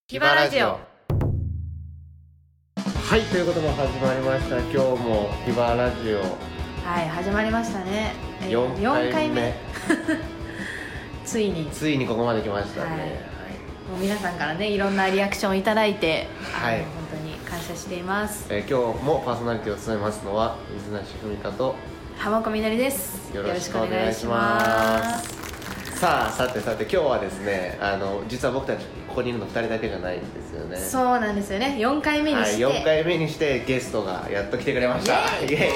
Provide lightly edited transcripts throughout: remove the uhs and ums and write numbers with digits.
キバラジオ。 はい、ということで始まりました。今日もキバラジオ、 はい、始まりましたね。 4回目ついにここまで来ましたね。 はい、もう皆さんからね、いろんなリアクションをいただいて、 はい、 本当に感謝しています。 今日もパーソナリティを務めますのは水梨文香と浜子みのりです。 よろしくお願いします。さて今日はですね、実は僕たちここにいるの2人だけじゃないんですよね。 そうなんですよね。4回目にして、 4回目にしてゲストがやっと来てくれました。イエイ。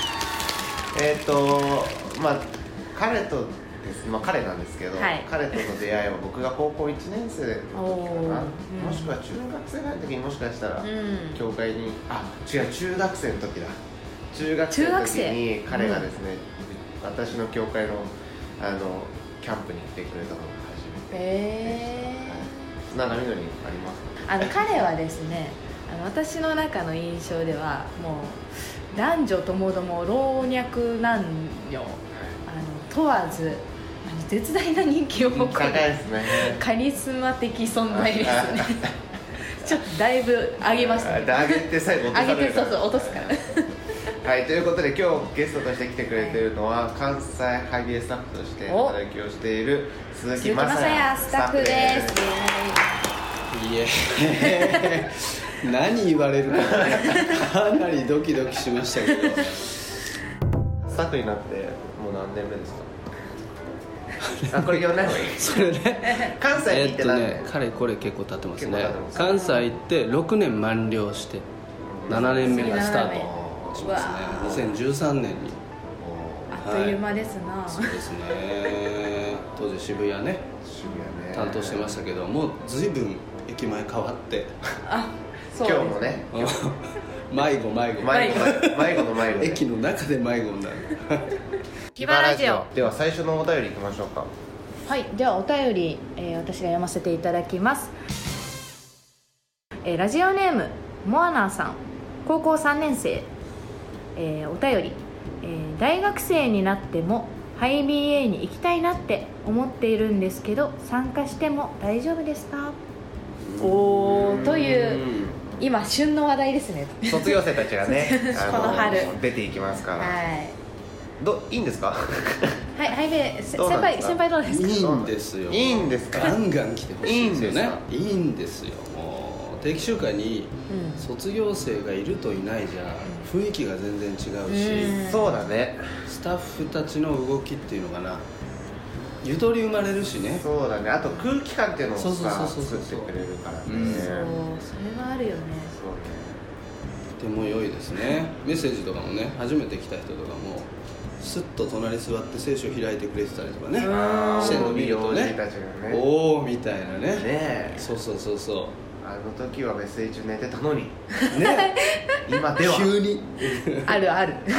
彼とですね、彼なんですけど、はい、彼との出会いは僕が高校1年生の時かな、もしくは中学生ぐらいの時にもしかしたら教会に、中学生の時だ。中学生の時に彼がですね、私の教会のキャンプに来てくれたのが初めて。つながりのにありますか？ 彼はですね、私の中の印象ではもう男女ともども老若男女問わず絶大な人気を誇る高いですね。 カリスマ的存在ですね。ちょっとだいぶ上げましたね。 上げて最後落とされるから。 そう落とすから。 はい、ということで今日ゲストとして来てくれているのは関西ハイビエスタッフとして働きをしている鈴木雅也スタッフです。 何言われるかかなりドキドキしましたけど。 スタッフになってもう何年目ですか？これ言わない方がいい。 それね、 関西に行って何年？ 彼これ結構経ってますね。関西行って6年満了して7年目がスタートしますね。2013年に。 あっという間ですな。 そうですね。当時渋谷ね担当してましたけど、もう随分駅前変わって。 今日もね。 迷子の駅の中で迷子になる。 キバラジオ。 では最初のお便りいきましょうか。 はい、ではお便り、私が読ませていただきます。ラジオネームモアナーさん、高校3年生。お便り、大学生になってもハイ BA に行きたいなって思っているんですけど、参加しても大丈夫ですか？という今旬の話題ですね。 卒業生たちがねこの春出ていきますから、いいんですか？ はい、ハイベ先輩どうですか？ いいんですよ。 いいんですか？ ガンガン来てほしいですよね。いいんですよ。もう定期集会に卒業生がいるといないじゃ雰囲気が全然違うし、 そうだね。 スタッフたちの動きっていうのかな、ゆとり生まれるしね。 そうだね。あと空気感っていうのを作ってくれるからね。 それはあるよね。 とても良いですね。メッセージとかもね、初めて来た人とかもスッと隣座って聖書開いてくれてたりとかねしてるの見るとね、おおみたいなね。そうあの時はメッセージ寝てたのにね。今では急にある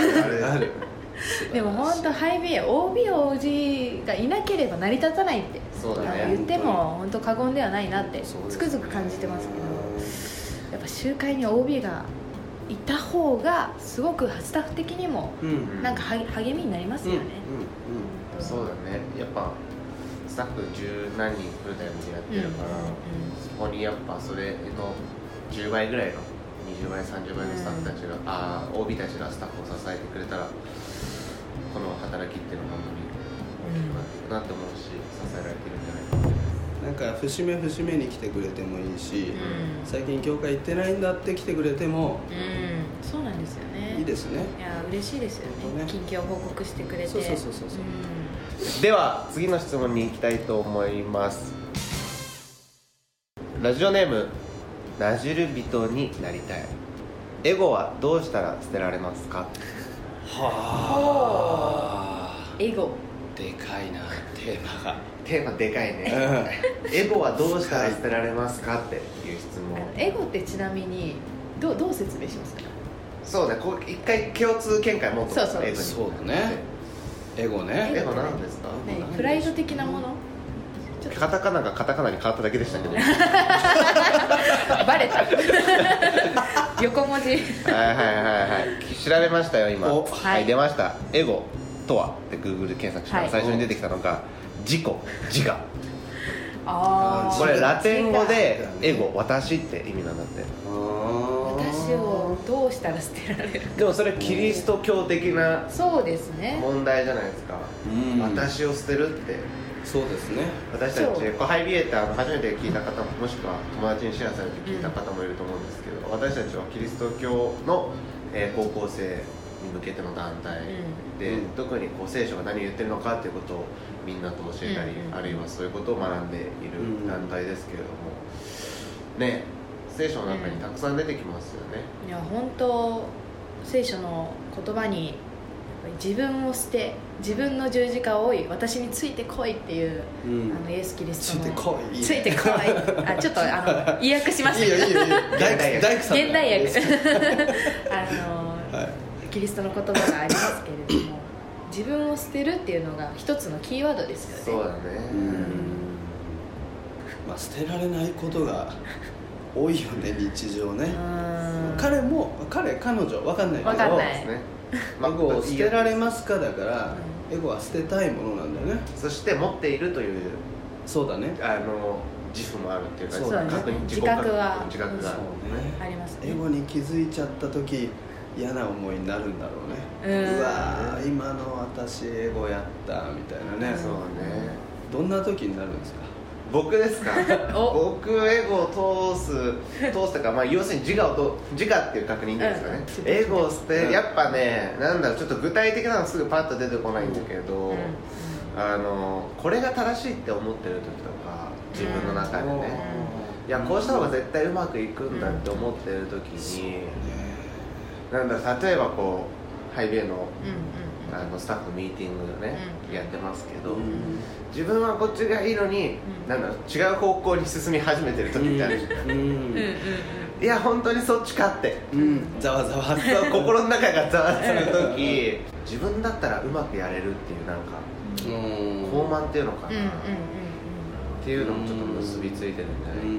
でも本当ハイビエ OB/OG がいなければ成り立たないって、言っても本当過言ではないなってつくづく感じてますけど、やっぱ集会に OB がいた方がすごくスタッフ的にもなんか励みになりますよね。 そうだね。やっぱスタッフ10何人フルタイムでやってるから、そこにやっぱそれの10倍ぐらいの20倍30倍のスタッフたちが、OB たちがスタッフを支えてくれたら、この働きっていうのは本当に大きくなっていくなって思うし、支えられてるんじゃないかなと思います。 なんか節目に来てくれてもいいし、最近教会行ってないんだって来てくれても、 そうなんですよね。 いいですね。 いや嬉しいですよね。近況報告してくれて。そう。 では次の質問に行きたいと思います。ラジオネームなじる人になりたい。エゴはどうしたら捨てられますか？ エゴでかいな。テーマでかいね。エゴはどうしたら捨てられますかっていう質問。 エゴってちなみにどう説明しますか？ そうね、一回共通見解持ってます。 そうだね。エゴね。 エゴなんですか？ プライド的なもの。 カタカナがカタカナに変わっただけでしたけど。 バレた。横文字。 はい調べましたよ今。出ました。エゴとはって Google で検索したら最初に出てきたのが自己自我これラテン語でエゴ、私って意味なんだって。 私をどうしたら捨てられるか。 でもそれキリスト教的なそうですね問題じゃないですか。私を捨てるって。 そうですね。 私たちハイビエって初めて聞いた方もしくは友達にシェアされて聞いた方もいると思うんですけど、私たちはキリスト教の高校生に向けての団体で、特に聖書が何を言ってるのかっていうことをみんなと教えたり、あるいはそういうことを学んでいる団体ですけれどもね、聖書の中にたくさん出てきますよね。 いや本当聖書の言葉に自分を捨て自分の十字架を追い私についてこいっていう、イエス・キリストのついてこいちょっと意訳しましたけど現代訳キリストの言葉がありますけれども、自分を捨てるっていうのが一つのキーワードですよね。 そうだね。 捨てられないことが多いよね、日常ね。彼女分かんないけど、 分かんない、 エゴを捨てられますかだから、エゴは捨てたいものなんだよね。 そして持っているという、 そうだね、 自負もあるっていうか、 そうだね、自覚がありますね。 エゴに気づいちゃった時嫌な思いになるんだろうね。うわー、今の私エゴやったみたいなね。 そうね。 どんな時になるんですか？ 僕ですか？僕エゴを通すとか、要するに自我っていう確認ですかね。エゴを捨て、やっぱね、ちょっと具体的なのすぐパッと出てこないんだけど、これが正しいって思ってる時とか、自分の中でね、いやこうした方が絶対うまくいくんだって思ってる時に、例えばハイビエのスタッフミーティングね、やってますけど、自分はこっちがいいのに、違う方向に進み始めてる時ってあるじゃん。いや本当にそっちかって、ざわざわ心の中がざわする時、自分だったらうまくやれるっていう高慢っていうのかな、っていうのもちょっと結びついてるんじゃないかな。なる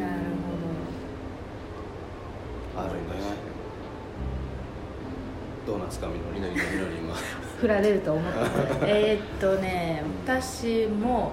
ほど。あるね。どうなんですか、みのり今振られると思った私も、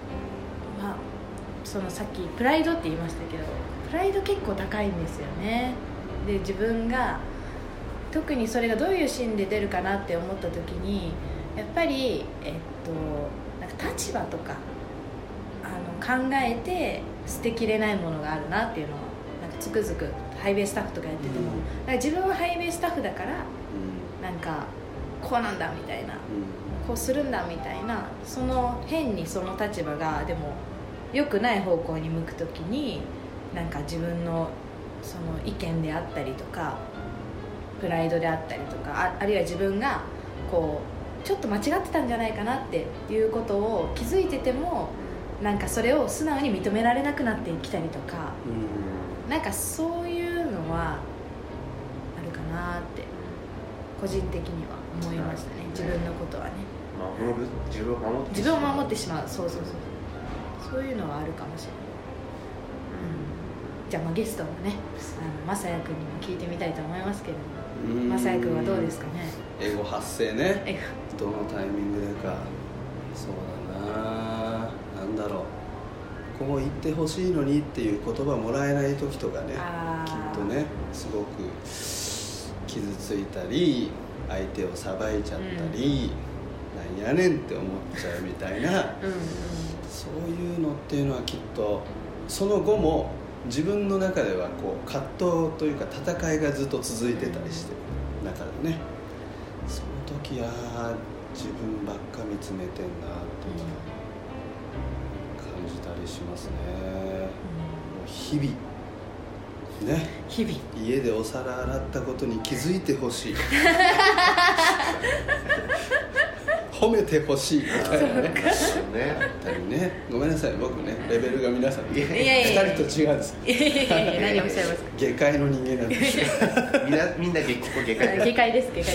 そのさっきプライドって言いましたけど、プライド結構高いんですよね。で自分が特にそれがどういうシーンで出るかなって思った時に、やっぱり立場とか考えて捨てきれないものがあるなっていうのはつくづくハイベイスタッフとかやってても、自分はハイベイスタッフだからこうなんだみたいな、こうするんだみたいな、その変にその立場がでも良くない方向に向くときに、自分のその意見であったりとかプライドであったりとか、あるいは自分がちょっと間違ってたんじゃないかなっていうことを気づいてても、それを素直に認められなくなってきたりとか、そういうのはあるかなって個人的には思いましたね。自分のことはね、 自分を守ってしまう、そういうのはあるかもしれない。じゃあゲストもね、まさやくんにも聞いてみたいと思いますけれども、まさやくんはどうですかね。 エゴ発生ね、どのタイミングでか。そうだな、こう言ってほしいのにっていう言葉もらえない時とかね、きっとねすごく傷ついたり、相手をさばいちゃったり、なんやねんって思っちゃうみたいな、そういうのっていうのはきっとその後も自分の中では葛藤というか戦いがずっと続いてたりしてる中でね、その時自分ばっか見つめてんなって感じたりしますね。日々ね、家でお皿洗ったことに気づいてほしい褒めてほしいみたいなね。ごめんなさい、僕ねレベルが皆さん2人と違うんです。 何をおっしゃいますか。 下界の人間なんですみんな下界です。なる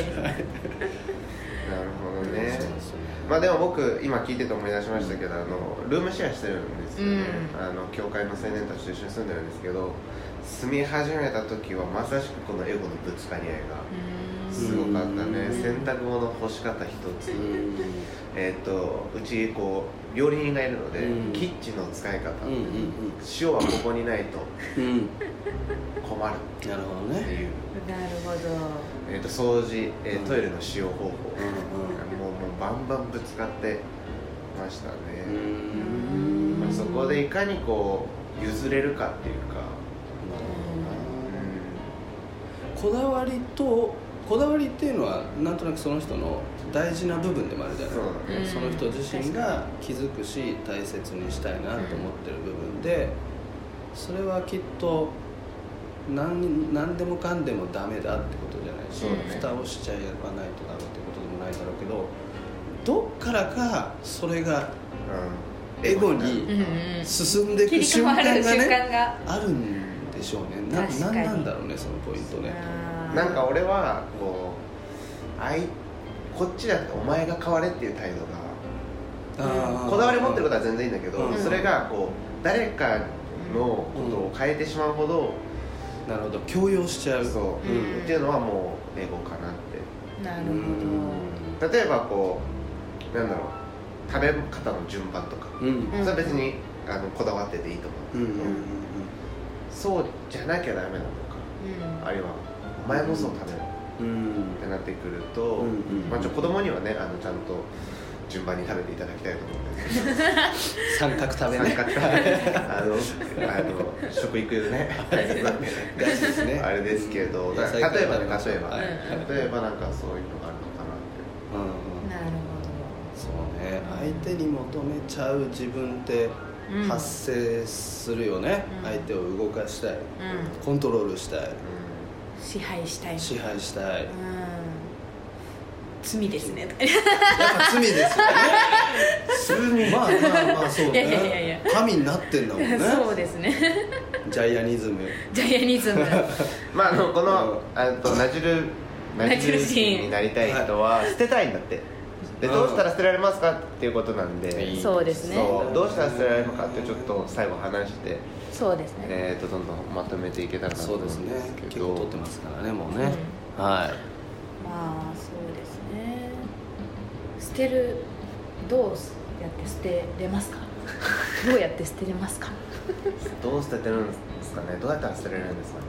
ほどね。でも僕今聞いてて思い出しましたけど、ルームシェアしてるんですよね。教会の青年たちと一緒に住んでるんですけど、住み始めた時はまさしくこのエゴのぶつかり合いがすごかったね。洗濯物干し方一つ、うち料理人がいるので、キッチンの使い方、塩はここにないと困るっていう、 なるほど、 掃除、トイレの使用方法、もうバンバンぶつかってましたね。そこでいかにこう譲れるかっていうか、 こだわりっていうのはなんとなくその人の大事な部分でもあるじゃないですか。その人自身が気づくし大切にしたいなと思ってる部分で、それはきっと何でもかんでもダメだってことじゃないし、蓋をしちゃえばないとダメってことでもないだろうけど、どっからかそれがエゴに進んでいく瞬間がねあるんでしょうね。なんなんだろうね、そのポイントね。 なんか俺はこっちじゃなくてお前が変われっていう態度が、こだわり持ってることは全然いいんだけど、それがこう誰かのことを変えてしまうほど、 なるほど、強要しちゃう、 っていうのはもうエゴかなって。 なるほど。 例えばこうなんだろう、食べ方の順番とか、それは別にこだわってていいと思うんだけど、そうじゃなきゃダメなのか、あるいはお前もそう食べるってなってくると、子供にはねちゃんと順番に食べていただきたいと思うんですけど三角食べね食育ね大切なんであれですけど、例えばなんかそういうのがあるのかなって。 なるほど。 そうね、相手に求めちゃう自分って発生するよね。相手を動かしたい、コントロールしたい、 支配したい、罪ですね。やっぱ罪ですよね。まあそうね。神になってんだもんね。 そうですね。 ジャイアニズム。 まあこのナチュル人になりたい人は捨てたいんだって。でどうしたら捨てられますかっていうことなんで、 そうですね。 どうしたら捨てられるのかってちょっと最後話して、 そうですね。 どんどんまとめていけたらなと思うんですけど。そうですね。 結構取ってますからね、もうね。はい。 まあそうですね。捨てる、どうやって捨てれますか？どうやって捨てれますか？ どう捨ててるんですかね。どうやったら捨てれるんですかね。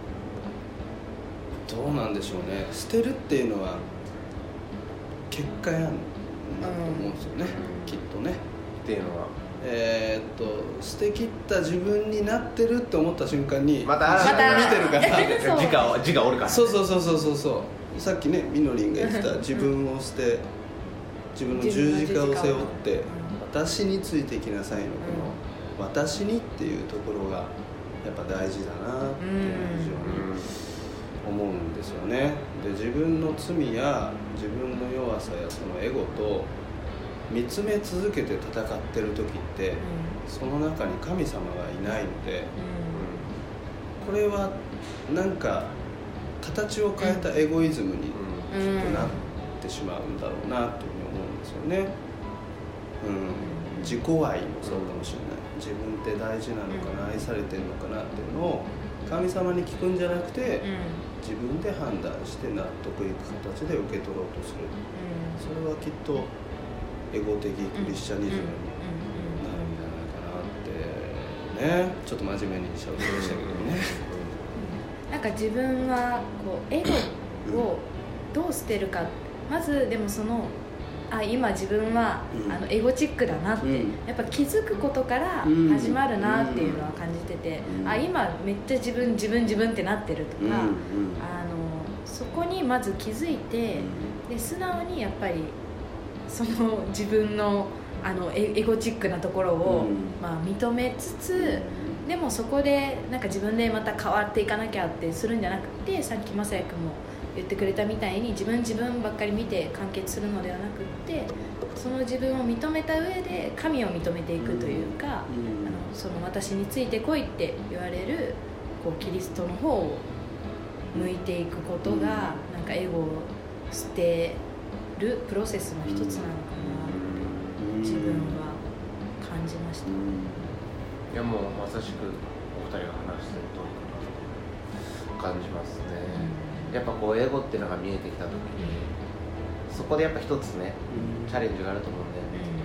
どうなんでしょうね。捨てるっていうのは結果やんなと思うんですよね、きっとね。 っていうのは捨て切った自分になってるって思った瞬間にまた見てるから自我おるから。 そうさっきねみのりんが言ってた自分を捨て、自分の十字架を背負って私についていきなさいのこの私にっていうところがやっぱ大事だなっていうのは非常に思うんですよね。で自分の罪や自分の弱さやそのエゴと見つめ続けて戦ってる時って、その中に神様がいないので、これはなんか形を変えたエゴイズムにきっとなってしまうんだろうなというふうに思うんですよね。自己愛もそうかもしれない。自分って大事なのかな、愛されてるのかなっていうのを神様に聞くんじゃなくて、自分で判断して納得いく形で受け取ろうとする、それはきっとエゴ的クリスチャニズムになるんじゃないかなってね。ちょっと真面目にしゃべりましたけどね。 なんか自分はこうエゴをどう捨てるか、まずでもその今自分はエゴチックだなって、やっぱ気づくことから始まるなっていうのは感じてて、今めっちゃ自分ってなってるとか、そこにまず気づいて、で素直にやっぱりその自分のエゴチックなところを認めつつ、でもそこでなんか自分でまた変わっていかなきゃってするんじゃなくて、さっきまさやくんも言ってくれたみたいに自分ばっかり見て完結するのではなくって、その自分を認めた上で神を認めていくというか、その私についてこいって言われるこうキリストの方を向いていくことが、なんかエゴを捨てるプロセスの一つなのかなって自分は感じました。 いやもうまさしくお二人が話してる通りかなと感じますね。やっぱこうエゴっていうのが見えてきた時に、そこでやっぱ一つね、チャレンジがあると思うんで、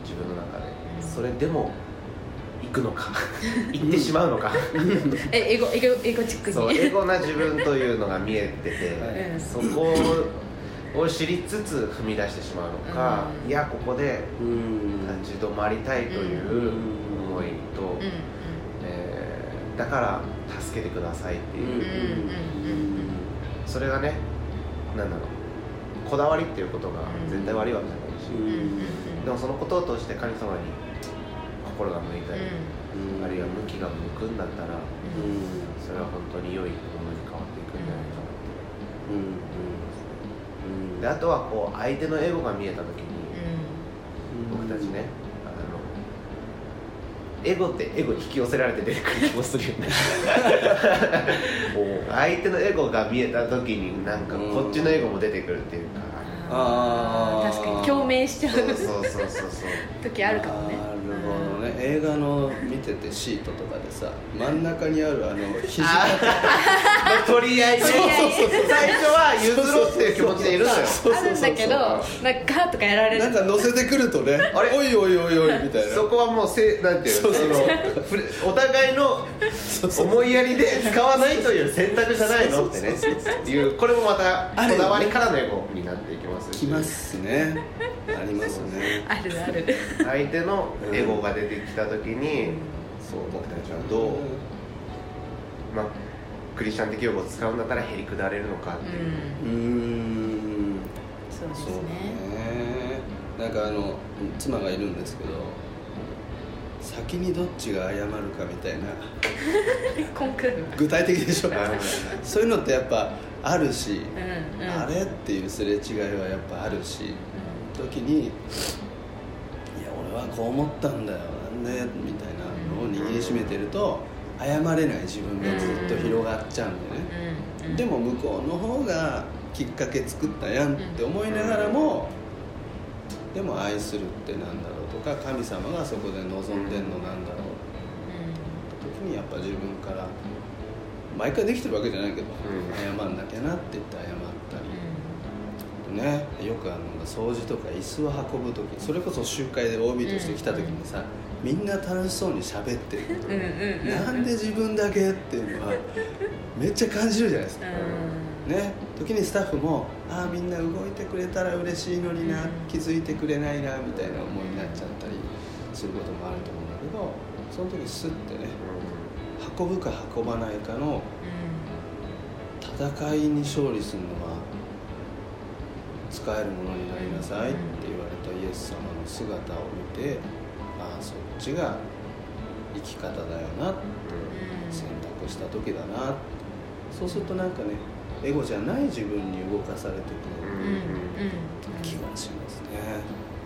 自分の中で。それでも行くのか行ってしまうのかエゴチックにそうエゴな自分というのが見えてて、そこを知りつつ踏み出してしまうのか、いやここで立ち止まりたいという思いと、だから助けてくださいっていう、それがね、なんだろう、こだわりっていうことが絶対悪いわけじゃないし、でもそのことを通して神様に心が向いたり、あるいは向きが向くんだったら、それは本当に良いものに変わっていくんじゃないかなって。であとはこう相手のエゴが見えた時に、僕たちね、エゴってエゴに引き寄せられて出てくる気もするよね相手のエゴが見えた時になんかこっちのエゴも出てくるっていうか、 確かに共鳴しちゃうそう時あるかもね。 なるほどね。映画の見ててシートとかでさ、真ん中にある肘掛けの取り合いで最初は譲ろうっていう気持ちでいるのよ。 あるんだけど、なんかガーとかやられる、 なんか乗せてくるとね、あれおいおいおいおいみたいな、 そこはもうなんていうの、お互いの思いやりで使わないという選択じゃないのってねいう、これもまたこだわりからのエゴになっていきますし、 きますね、ありますね、 あるある。 相手のエゴが出てきた時に、僕たちはどう、クリスチャン的用語を使うんだったらへりくだれるのかっていう。 そうですね。 なんか妻がいるんですけど、先にどっちが謝るかみたいな具体的でしょそういうのってやっぱあるし、あれっていうすれ違いはやっぱあるし、時にいや俺はこう思ったんだよなんでみたいなのを握りしめてると、謝れない自分がずっと広がっちゃうんでね、でも向こうの方がきっかけ作ったやんって思いながらも、でも愛するってなんだろうとか、神様がそこで望んでんのなんだろうって時にやっぱ自分から毎回できてるわけじゃないけど、謝んなきゃなって言って謝ったり、ね、よく掃除とか椅子を運ぶ時、それこそ集会で OB として来た時にさ、みんな楽しそうに喋ってる、なんで自分だけっていうのはめっちゃ感じるじゃないですか、ね、時にスタッフもみんな動いてくれたら嬉しいのにな、気づいてくれないなみたいな思いになっちゃったりすることもあると思うんだけど、その時スッてね、運ぶか運ばないかの戦いに勝利するのは使えるものになりなさいって言われたイエス様の姿を見て、そっちが生き方だよなって選択した時だなって、そうするとなんかね、エゴじゃない自分に動かされてくる気がしますね。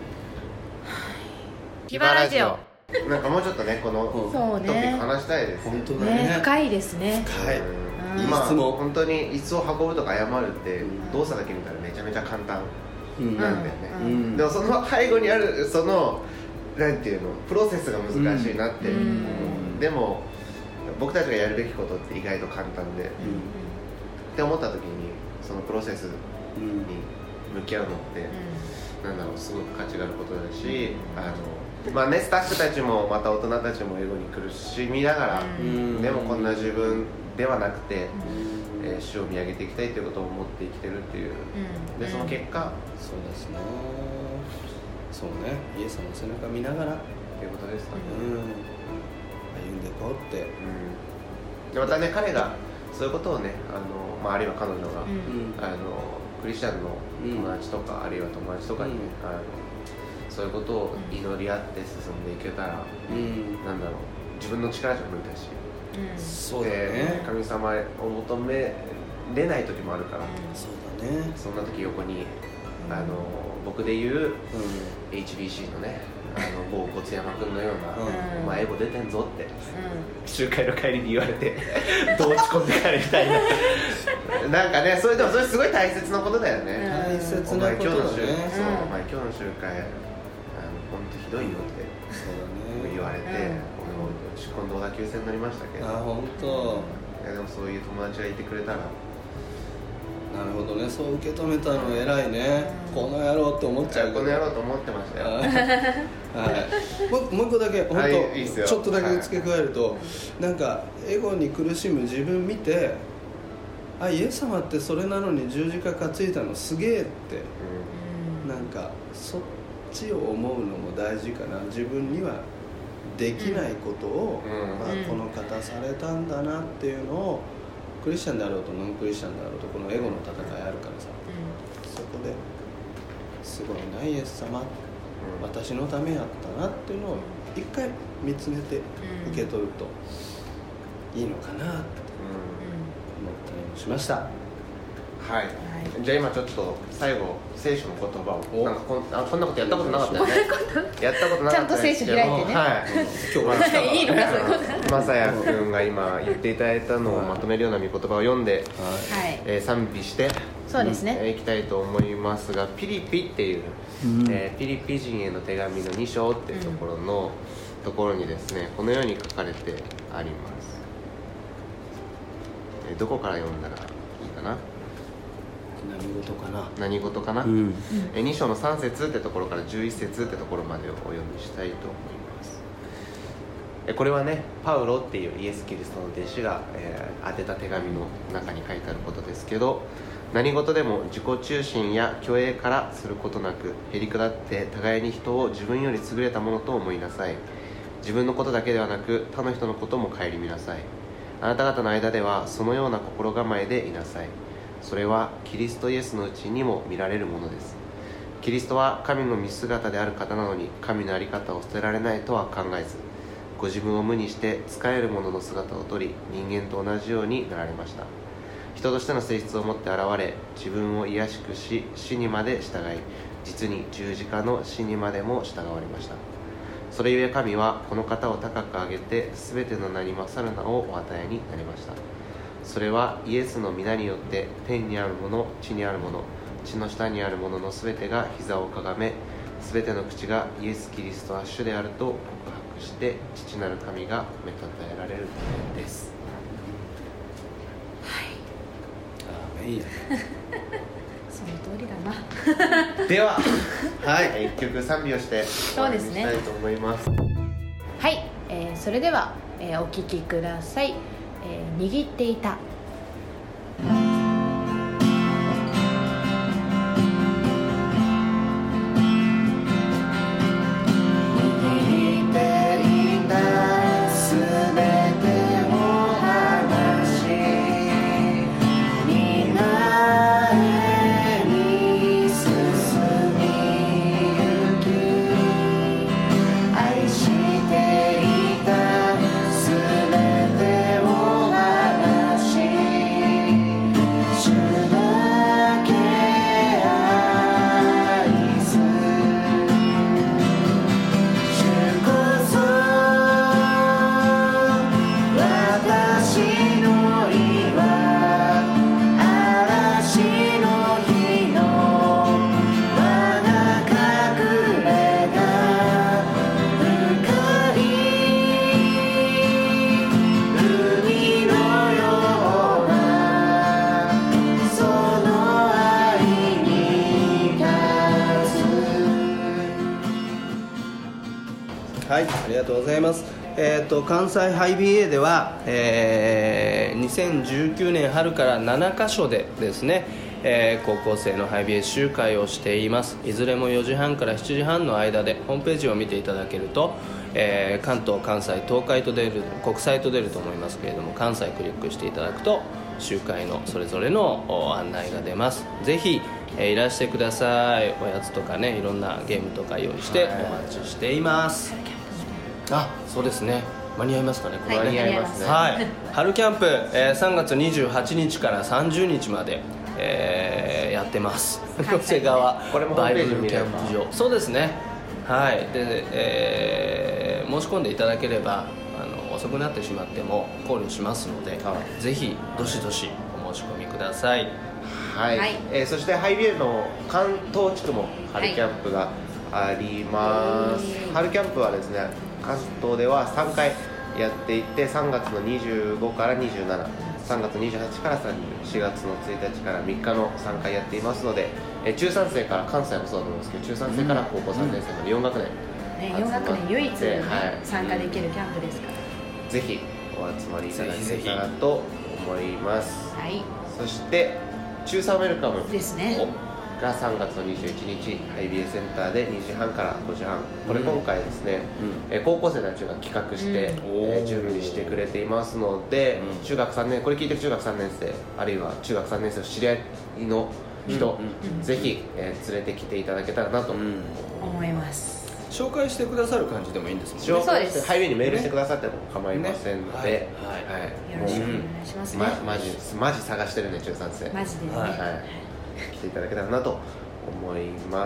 キバラジオ、 なんかもうちょっとね、このトピック話したいです。 本当だね。 深いですね。 深い。 今本当に椅子を運ぶとか謝るって動作だけ見たらめちゃめちゃ簡単なんだよね。でもその背後にあるそのなんていうの、プロセスが難しいなって思う。でも僕たちがやるべきことって意外と簡単で、って思った時にそのプロセスに向き合うのってなんだろう、すごく価値があることだし、スタッフたちもまた大人たちもエゴに苦しみながら、でもこんな自分ではなくて、主を見上げていきたいということを思って生きてるっていう、でその結果、 そうですね、そうね、イエスの背中見ながらっていうことですかね、 歩んでいこうって、 でまたね、彼がそういうことをね、あるいは彼女が、クリスチャンの友達とか、あるいは友達とかにね、そういうことを祈り合って進んでいけたら、なんだろう、自分の力じゃ無理だし、 そうだね、 神様を求めれない時もあるから、 そうだね、 そんな時横に僕で言う、HBC のね、某小津山君のような、お前エゴ出てんぞって、集会の帰りに言われてどう落ち込んで帰るみたいななんかね、それでもそれすごい大切なことだよね。 大切なことだね。 お前今日の集会本当ひどいよって言われて、俺も今度小田急線乗りましたけど、 本当。 でもそういう友達がいてくれたらなるほどね、そう受け止めたの偉いね、この野郎って思っちゃうけど、 この野郎と思ってましたよはい、 もう一個だけ本当、 はい、いいちょっとだけ付け加えると、なんかエゴに苦しむ自分見て、イエス様ってそれなのに十字架担いだのすげえって、なんかそっちを思うのも大事かな。自分にはできないことを、この方されたんだなっていうのを、クリスチャンであろうとノンクリスチャンであろうと、このエゴの戦いあるからさ、そこですごいなイエス様、私のためやったなっていうのを一回見つめて受け取るといいのかなって思ったりもしました。 はい、じゃあ今ちょっと最後聖書の言葉をなんかこんなことやったことなかったよねやったことなかったちゃんと聖書開いてね、 はい、 今日はいいのかそういうことまさやくんが今言っていただいたのをまとめるような御言葉を読んで、賛美してそうですね、 いきたいと思いますが、ピリピっていう、ピリピ人への手紙の2章っていうところのところにですね、このように書かれてあります。どこから読んだらいいかな。何事かな、2章の3節ってところから11節ってところまでをお読みしたいと思います。これはね、パウロっていうイエス・キリストの弟子が、宛てた手紙の中に書いてあることですけど、何事でも自己中心や虚栄からすることなく、へりくだって互いに人を自分より優れたものと思いなさい。自分のことだけではなく他の人のことも顧みなさい。あなた方の間ではそのような心構えでいなさい。それはキリストイエスのうちにも見られるものです。キリストは神の見姿である方なのに、神の在り方を捨てられないとは考えず、ご自分を無にして仕える者の姿をとり、人間と同じようになられました。人としての性質を持って現れ、自分を卑しくし、死にまで従い、実に十字架の死にまでも従われました。それゆえ神はこの方を高く上げて、すべての名に勝る名をお与えになりました。それはイエスの皆によって、天にあるもの、地にあるもの、地の下にあるもののすべてが膝をかがめ、すべての口がイエス・キリストは主であると告白して、父なる神がめたたえられるためです。 はい。 いいやその通りだなでは、一曲賛美をして終わりにしたいと思います。 はい、それでは、お聴きください。握っていた。 はい、ありがとうございます。関西ハイ BA では、2019年春から7カ所でですね、高校生のハイ BA 集会をしています。いずれも4時半から7時半の間で、ホームページを見ていただけると、関東、関西、東海と出る、国際と出ると思いますけれども、関西クリックしていただくと集会のそれぞれの案内が出ます。ぜひいらしてください。おやつとかね、いろんなゲームとか用意してお待ちしています。そうですね、間に合いますかね、これはね。 間に合いますね。 はい、春キャンプ、3月28日から30日まで、やってます。野瀬川バイブルキャンプ場。そうですね。はい。で、申し込んでいただければ遅くなってしまっても考慮しますので、ぜひどしどしお申し込みください。 はい。そしてハイビルの関東地区も春キャンプがあります。春キャンプはですね、関東では3回やっていて、3月の25から27、 3月28日から4月の1日から3日の3回やっていますので、中3生から関西もそうだと思うんですけど、中3生から高校3年生まで4学年、 4学年唯一、ね、参加できるキャンプですから、 ぜひお集まりいただけたらと思います。 はい、 そして中3ウェルカムですねが3月の21日ハイビエセンターで2時半から5時半、これ今回ですね、高校生たちが企画して、準備してくれていますので、中学3年これ聞いてる中学3年生あるいは中学3年生の知り合いの人、ぜひ、連れてきていただけたらなと思います。 紹介してくださる感じでもいいんですもんね。 紹介してハイウェイにメールしてくださっても構いませんので、 よろしくお願いしますね。 マジ探してるね中3生、 マジでね、 来ていただけたらなと思います。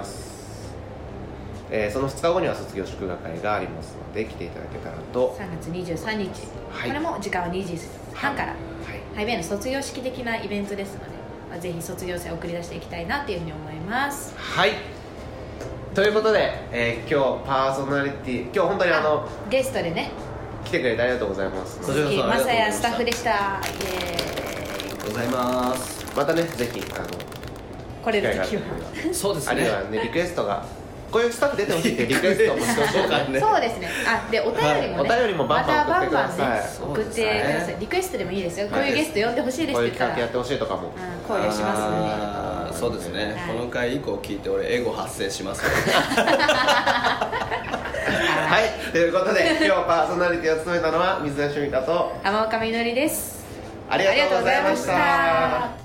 その2日後には卒業祝賀会がありますので来ていただけたらと。 3月23日、これも時間は2時半から、ハイウェイの卒業式的なイベントですので、ぜひ卒業生を送り出していきたいなというふうに思います。 はい、ということで、今日パーソナリティ、今日本当にゲストでね来てくれてありがとうございます。 鈴木雅也スタッフでした。イエーイ、 ありがとうございます。 またねぜひ来れる時はそうですね。 あるいはねリクエストがこういうスタッフ出てほしいってリクエストもしてほしいからね。 そうですね。でお便りもね、 お便りもバンバン送ってください。 送ってください。リクエストでもいいですよ。こういうゲスト呼んでほしいですって言ったら、 こういう企画やってほしいとかも考慮しますね。そうですね。この回以降聞いて俺エゴ発生します。 はい、ということで今日パーソナリティを務めたのは水田俊太と浜岡みのりです。 ありがとうございました。